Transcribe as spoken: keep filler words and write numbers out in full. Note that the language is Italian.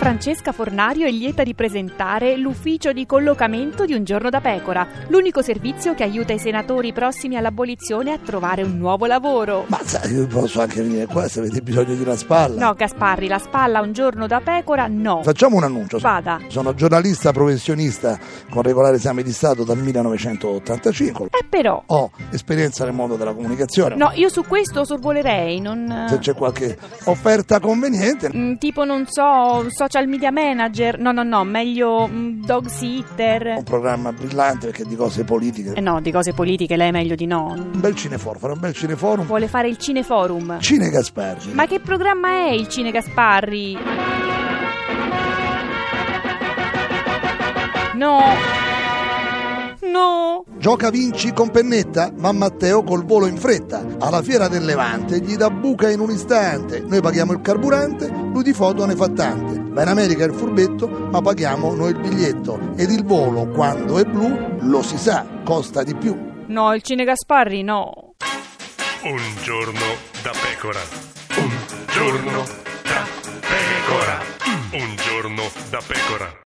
Francesca Fornario è lieta di presentare l'ufficio di collocamento di Un Giorno da Pecora, l'unico servizio che aiuta i senatori prossimi all'abolizione a trovare un nuovo lavoro. Ma sai, io posso anche venire qua se avete bisogno di una spalla. No, Gasparri, la spalla Un Giorno da Pecora no. Facciamo un annuncio. Vada. Sono giornalista professionista con regolare esame di Stato dal millenovecentottantacinque. Eh però. Ho esperienza nel mondo della comunicazione. No, io su questo sorvolerei, non... Se c'è qualche offerta conveniente. Mm, tipo, non so, social media manager. No, no, no, meglio mm, dog sitter. Un programma brillante perché di cose politiche. Eh no, di cose politiche lei è meglio di no. Un bel cineforum, fare un bel cineforum. Vuole fare il cineforum. Cine Gasparri. Ma che programma è il Cine Gasparri? No. No. Gioca vinci con pennetta, ma Matteo col volo in fretta. Alla fiera del Levante gli dà buca in un istante. Noi paghiamo il carburante, lui di foto ne fa tante. Va in America il furbetto, ma paghiamo noi il biglietto. Ed il volo, quando è blu, lo si sa, costa di più. No, il Cine Gasparri no. Un giorno da pecora. Un giorno da pecora. Un giorno da pecora.